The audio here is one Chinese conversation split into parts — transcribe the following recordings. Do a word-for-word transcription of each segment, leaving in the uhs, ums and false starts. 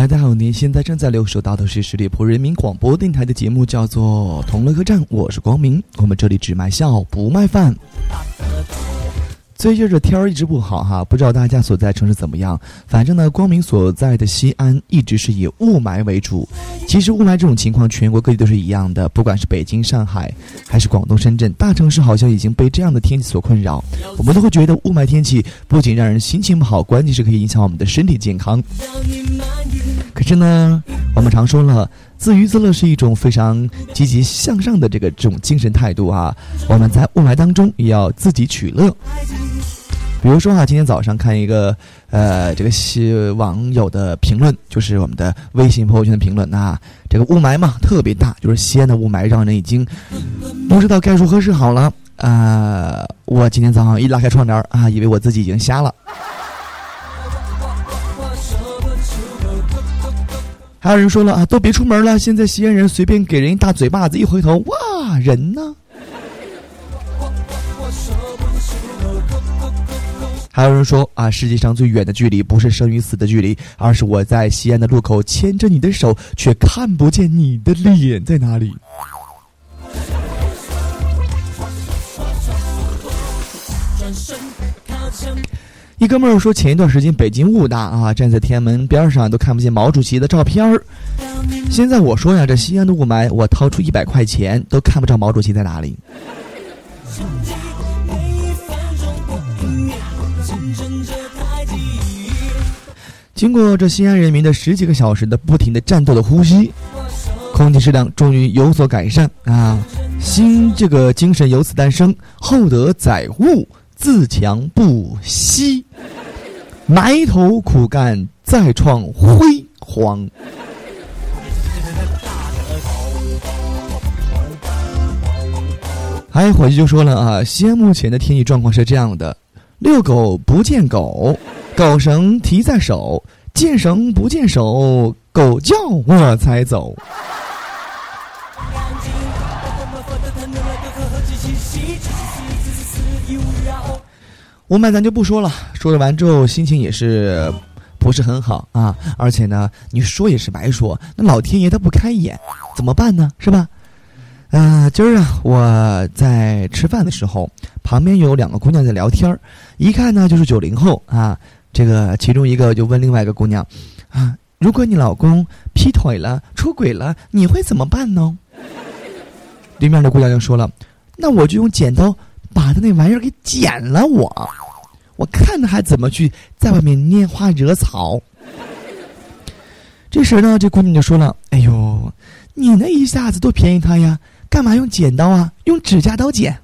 嗨，大家好，您现在正在留守到的是十里铺人民广播电台的节目，叫做《同乐客栈》，我是光明。我们这里只卖笑不卖饭。最近这天儿一直不好哈，不知道大家所在城市怎么样。反正呢，光明所在的西安一直是以雾霾为主。其实雾霾这种情况全国各地都是一样的，不管是北京、上海还是广东、深圳，大城市好像已经被这样的天气所困扰。我们都会觉得雾霾天气不仅让人心情不好，关键是可以影响我们的身体健康。可是呢，我们常说了，自娱自乐是一种非常积极向上的这个这种精神态度啊。我们在雾霾当中也要自己取乐。比如说啊，今天早上看一个呃这个网友的评论，就是我们的微信朋友圈的评论啊，这个雾霾嘛特别大，就是西安的雾霾让人已经不知道该如何是好了啊、呃！我今天早上一拉开窗帘啊，以为我自己已经瞎了。还有人说了啊，都别出门了，现在西安人随便给人一大嘴巴子，一回头，哇，人呢？还有人说啊，世界上最远的距离不是生与死的距离，而是我在西安的路口牵着你的手，却看不见你的脸在哪里。一哥们儿说，前一段时间北京雾大啊，站在天安门边上都看不见毛主席的照片儿。现在我说呀，这西安的雾霾，我掏出一百块钱都看不着毛主席在哪里。经过这西安人民的十几个小时的不停的战斗的呼吸，空气质量终于有所改善啊！新这个精神由此诞生，厚德载物，自强不息，埋头苦干，再创辉煌。还有伙计就说了啊，西安目前的天气状况是这样的：遛狗不见狗，狗绳提在手，见绳不见手，狗叫我才走。雾霾咱就不说了，说了完之后心情也是不是很好啊，而且呢你说也是白说，那老天爷他不开眼怎么办呢，是吧？呃，今儿啊我在吃饭的时候，旁边有两个姑娘在聊天，一看呢就是九零后啊。这个其中一个就问另外一个姑娘啊，如果你老公劈腿了出轨了，你会怎么办呢？对面的姑娘就说了，那我就用剪刀把他那玩意儿给剪了，我我看他还怎么去在外面拈花惹草。这时呢这姑娘就说了，哎呦，你那一下子多便宜他呀，干嘛用剪刀啊，用指甲刀剪。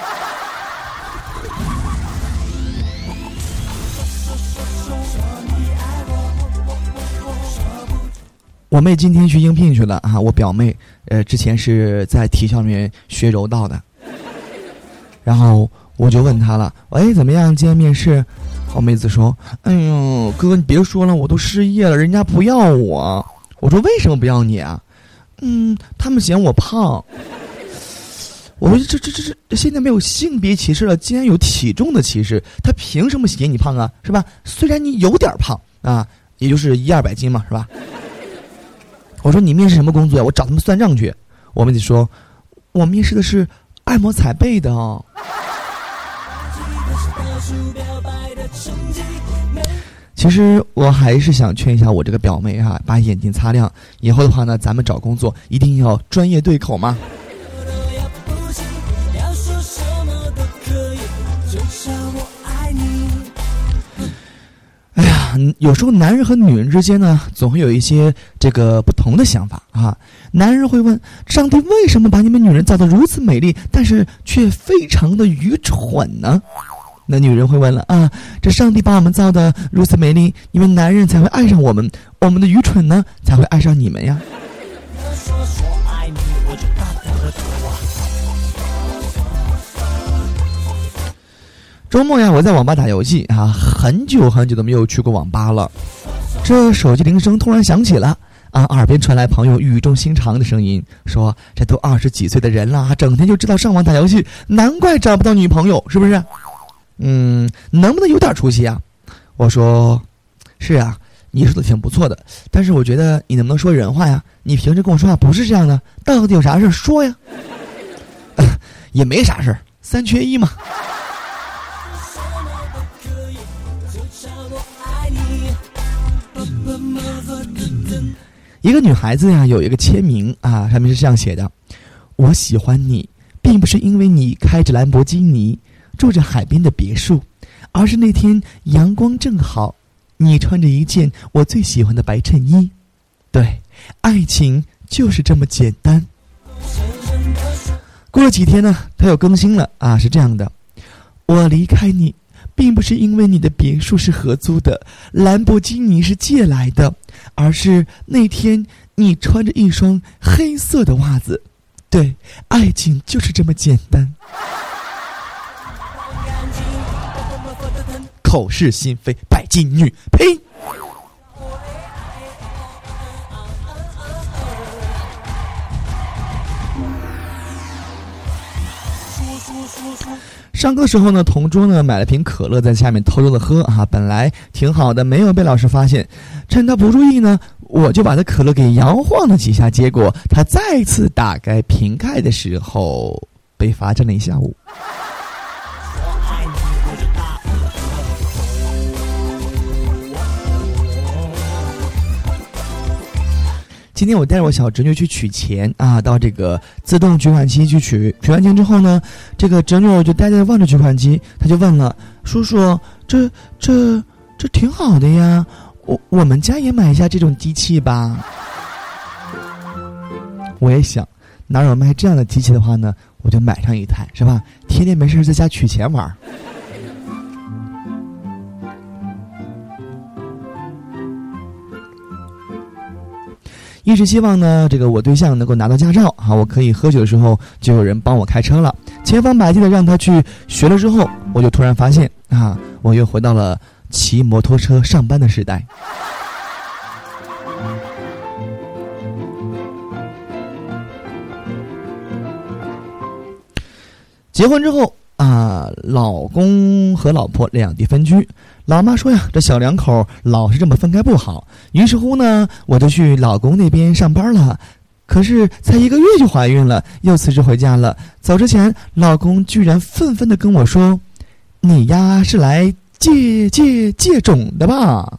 我妹今天去应聘去了啊，我表妹呃之前是在体校里面学柔道的，然后我就问她了，喂，怎么样今天面试？我妹子说，哎呦哥哥你别说了，我都失业了，人家不要我。我说为什么不要你啊？嗯，他们嫌我胖。我说这这这这现在没有性别歧视了，既然有体重的歧视，他凭什么嫌你胖啊？是吧？虽然你有点胖啊，也就是一二百斤嘛，是吧？我说你面试什么工作呀？我找他们算账去。我妹子说，我面试的是按摩踩背的哦。其实我还是想劝一下我这个表妹哈、啊，把眼睛擦亮。以后的话呢，咱们找工作一定要专业对口嘛。哎呀，有时候男人和女人之间呢，总会有一些这个不同的想法啊。男人会问，上帝为什么把你们女人造得如此美丽，但是却非常的愚蠢呢？那女人会问了啊，这上帝把我们造得如此美丽，你们男人才会爱上我们，我们的愚蠢呢才会爱上你们呀。周末呀，我在网吧打游戏啊，很久很久都没有去过网吧了。这手机铃声突然响起了啊，耳边传来朋友语重心长的声音，说：“这都二十几岁的人了，整天就知道上网打游戏，难怪找不到女朋友，是不是？嗯，能不能有点出息啊？”我说：“是啊， 你说的挺不错的，但是我觉得你能不能说人话呀？你平时跟我说话不是这样的，到底有啥事说呀？也没啥事，三缺一嘛。一个女孩子呀，有一个签名啊，上面是这样写的：我喜欢你，并不是因为你开着兰博基尼，住着海边的别墅，而是那天阳光正好，你穿着一件我最喜欢的白衬衣。对，爱情就是这么简单。过了几天呢，他又更新了啊，是这样的：我离开你，并不是因为你的别墅是合租的，兰博基尼是借来的，而是那天你穿着一双黑色的袜子。对，爱情就是这么简单。口是心非，拜金女，呸！上课的时候呢，同桌呢买了瓶可乐在下面偷偷的喝啊，本来挺好的，没有被老师发现。趁他不注意呢，我就把他可乐给摇晃了几下，结果他再次打开瓶盖的时候被罚站了一下午。今天我带着我小侄女去取钱啊，到这个自动取款机去取，取完钱之后呢，这个侄女就呆呆望着取款机，她就问了叔叔：“这这这挺好的呀，我我们家也买一下这种机器吧。”我也想，哪有卖这样的机器的话呢，我就买上一台，是吧？天天没事在家取钱玩。一直希望呢，这个我对象能够拿到驾照啊，我可以喝酒的时候就有人帮我开车了。千方百计的让他去学了之后，我就突然发现啊，我又回到了骑摩托车上班的时代。结婚之后啊，老公和老婆两地分居。老妈说呀，这小两口老是这么分开不好，于是乎呢，我就去老公那边上班了。可是才一个月就怀孕了，又辞职回家了。走之前，老公居然愤愤地跟我说：“你呀是来借借借种的吧？”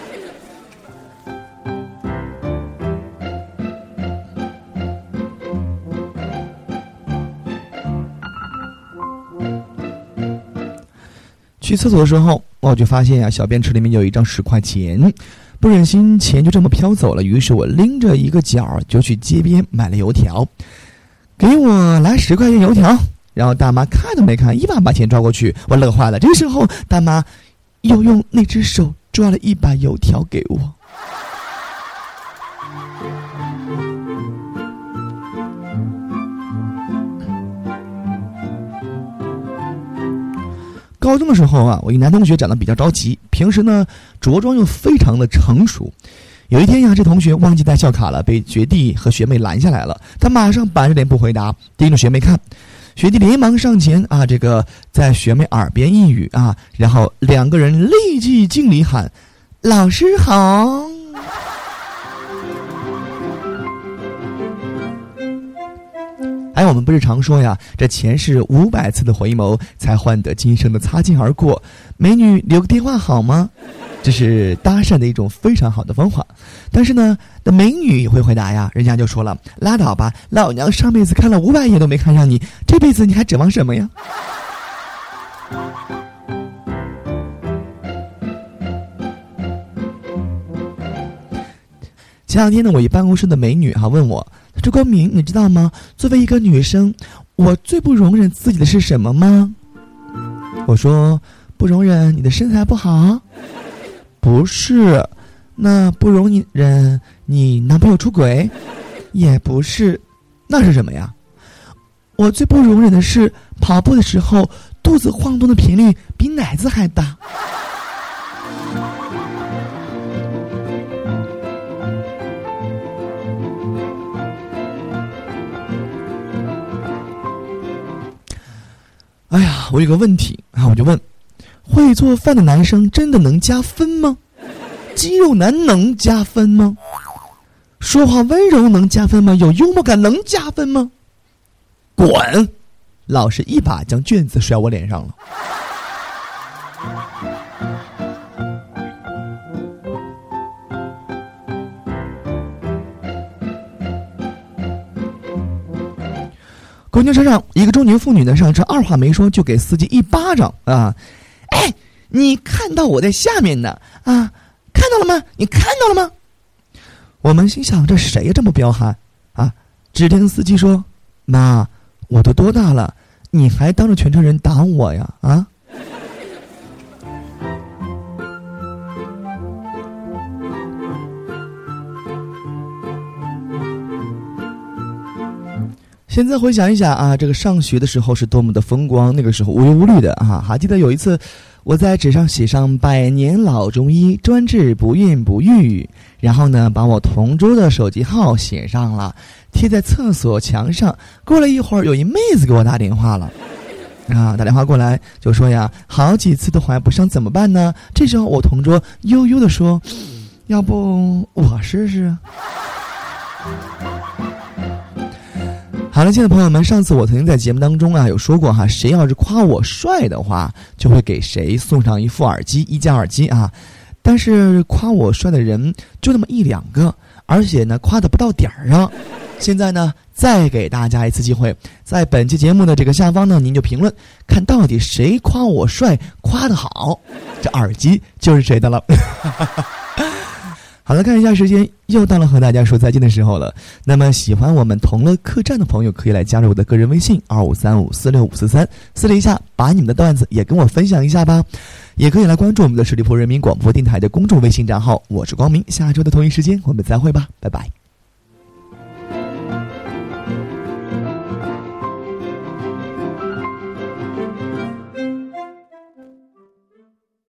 去厕所的时候，我就发现呀、啊，小便池里面有一张十块钱，不忍心钱就这么飘走了，于是我拎着一个角就去街边买了油条，给我来十块钱油条。然后大妈看都没看，一把把钱抓过去，我乐坏了。这个时候，大妈又用那只手抓了一把油条给我。高中的时候啊，我一男同学长得比较着急，平时呢着装又非常的成熟。有一天呀，这同学忘记带校卡了，被学弟和学妹拦下来了。他马上板着脸不回答，盯着学妹看。学弟连忙上前啊，这个在学妹耳边一语啊，然后两个人立即敬礼喊：“老师好。”哎，我们不是常说呀，这前世五百次的回眸才换得今生的擦肩而过。美女，留个电话好吗？这是搭讪的一种非常好的方法。但是呢，那美女会回答呀，人家就说了：“拉倒吧，老娘上辈子看了五百眼都没看上你，这辈子你还指望什么呀？”前两天呢，我一办公室的美女哈、啊、问我。周光明，你知道吗？作为一个女生，我最不容忍自己的是什么吗？我说，不容忍你的身材不好。不是，那不容忍你男朋友出轨，也不是，那是什么呀？我最不容忍的是跑步的时候肚子晃动的频率比奶子还大。哎呀，我有个问题啊，我就问，会做饭的男生真的能加分吗？ 肌肉男能加分吗？说话温柔能加分吗？有幽默感能加分吗？滚！老师一把将卷子甩我脸上了。公交车上，一个中年妇女呢上车，二话没说就给司机一巴掌啊！哎，你看到我在下面呢啊？看到了吗？你看到了吗？我们心想，这谁这么彪悍啊？只听司机说：“妈，我都多大了，你还当着全车人打我呀？啊！”现在回想一下啊，这个上学的时候是多么的风光，那个时候无忧无虑的啊！还记得有一次，我在纸上写上百年老中医，专治不孕不育，然后呢，把我同桌的手机号写上了，贴在厕所墙上。过了一会儿，有一妹子给我打电话了，啊，打电话过来就说呀，好几次都怀不上怎么办呢？这时候我同桌悠悠地说，要不我试试？好了，亲爱的朋友们，上次我曾经在节目当中啊有说过哈，谁要是夸我帅的话，就会给谁送上一副耳机，一加耳机啊。但是夸我帅的人就那么一两个，而且呢夸得不到点儿上。现在呢，再给大家一次机会，在本期节目的这个下方呢，您就评论，看到底谁夸我帅，夸得好，这耳机就是谁的了。好了，看一下时间，又到了和大家说再见的时候了。那么喜欢我们同乐客栈的朋友，可以来加入我的个人微信二五三五四六五四三，私底下把你们的段子也跟我分享一下吧。也可以来关注我们的十里铺人民广播电台的公众微信账号，我是光明。下周的同一时间我们再会吧，拜拜。